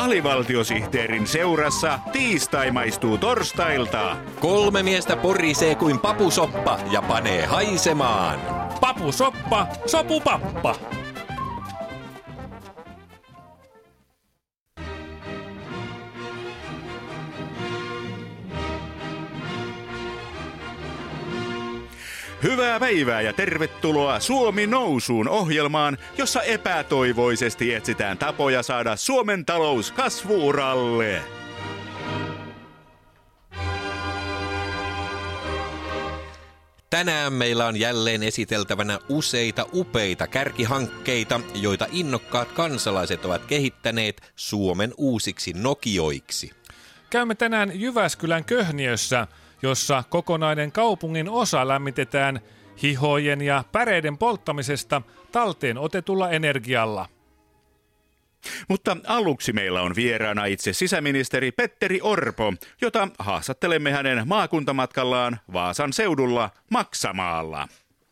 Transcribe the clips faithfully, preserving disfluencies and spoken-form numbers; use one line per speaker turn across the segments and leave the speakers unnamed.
alivaltiosihteerin seurassa tiistai maistuu torstailta.
Kolme miestä porisee kuin papusoppa ja panee haisemaan.
Papusoppa, sopupappa.
Hyvää päivää ja tervetuloa Suomi nousuun ohjelmaan, jossa epätoivoisesti etsitään tapoja saada Suomen talous kasvu-uralle.
Tänään meillä on jälleen esiteltävänä useita upeita kärkihankkeita, joita innokkaat kansalaiset ovat kehittäneet Suomen uusiksi Nokioiksi.
Käymme tänään Jyväskylän Köhniössä, jossa kokonainen kaupungin osa lämmitetään hihojen ja päreiden polttamisesta talteen otetulla energialla.
Mutta aluksi meillä on vieraana itse sisäministeri Petteri Orpo, jota haastattelemme hänen maakuntamatkallaan Vaasan seudulla Maksamaalla.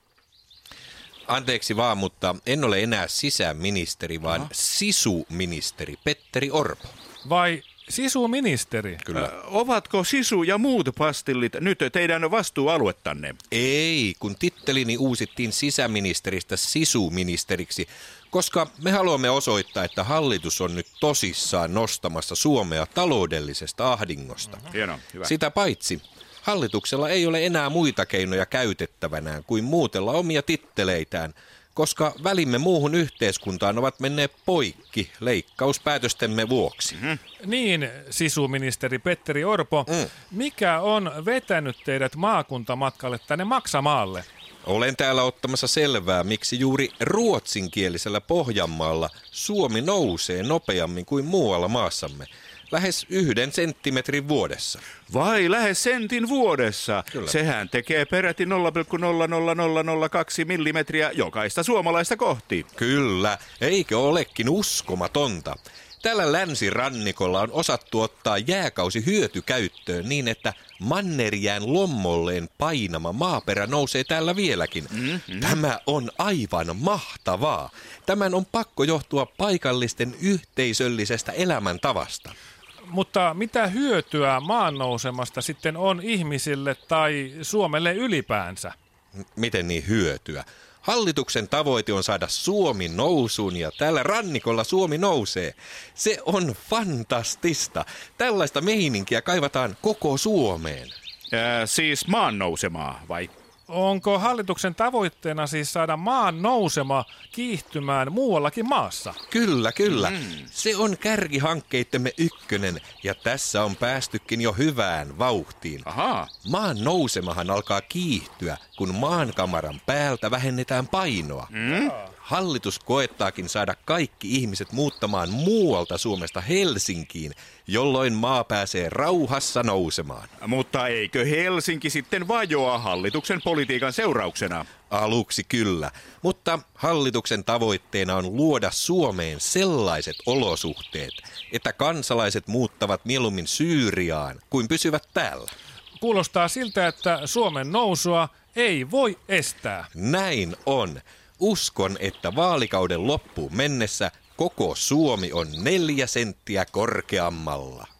Anteeksi vaan, mutta en ole enää sisäministeri, vaan Aha. sisuministeri Petteri Orpo.
Vai sisuministeri?
Kyllä.
Ö, ovatko sisu ja muut pastillit nyt teidän vastuualuettanne?
Ei, kun tittelini uusittiin sisäministeristä sisuministeriksi, koska me haluamme osoittaa, että hallitus on nyt tosissaan nostamassa Suomea taloudellisesta ahdingosta.
Hienoa, hyvä.
Sitä paitsi hallituksella ei ole enää muita keinoja käytettävänään kuin muutella omia titteleitään, koska välimme muuhun yhteiskuntaan ovat menneet poikki leikkauspäätöstemme vuoksi.
Mm-hmm. Niin, sisuministeri Petteri Orpo, mm. mikä on vetänyt teidät maakuntamatkalle tänne Maksamaalle?
Olen täällä ottamassa selvää, miksi juuri ruotsinkielisellä Pohjanmaalla Suomi nousee nopeammin kuin muualla maassamme. Lähes yhden senttimetrin vuodessa.
Vai lähes sentin vuodessa?
Kyllä.
Sehän tekee peräti nolla pilkku nolla nolla nolla nolla kaksi millimetriä jokaista suomalaista kohti.
Kyllä, eikö olekin uskomatonta? Tällä länsirannikolla on osattu ottaa jääkausi hyötykäyttöön niin, että mannerjään lommolleen painama maaperä nousee täällä vieläkin. Mm-hmm. Tämä on aivan mahtavaa. Tämän on pakko johtua paikallisten yhteisöllisestä elämäntavasta.
Mutta mitä hyötyä maannousemasta sitten on ihmisille tai Suomelle ylipäänsä?
M- miten niin hyötyä? Hallituksen tavoite on saada Suomi nousuun ja tällä rannikolla Suomi nousee. Se on fantastista. Tällaista meininkiä kaivataan koko Suomeen.
Ää, siis maan nousemaa, vai?
Onko hallituksen tavoitteena siis saada maan nousema kiihtymään muuallakin maassa?
Kyllä, kyllä.
Mm.
Se on kärkihankkeittemme ykkönen ja tässä on päästykin jo hyvään vauhtiin.
Ahaa.
Maan nousemahan alkaa kiihtyä, kun maankamaran päältä vähennetään painoa.
Mm.
Hallitus koettaakin saada kaikki ihmiset muuttamaan muualta Suomesta Helsinkiin, jolloin maa pääsee rauhassa nousemaan.
Mutta eikö Helsinki sitten vajoa hallituksen politiikan seurauksena?
Aluksi kyllä, mutta hallituksen tavoitteena on luoda Suomeen sellaiset olosuhteet, että kansalaiset muuttavat mieluummin Syyriaan kuin pysyvät täällä.
Kuulostaa siltä, että Suomen nousua ei voi estää.
Näin on. Uskon, että vaalikauden loppuun mennessä koko Suomi on neljä senttiä korkeammalla.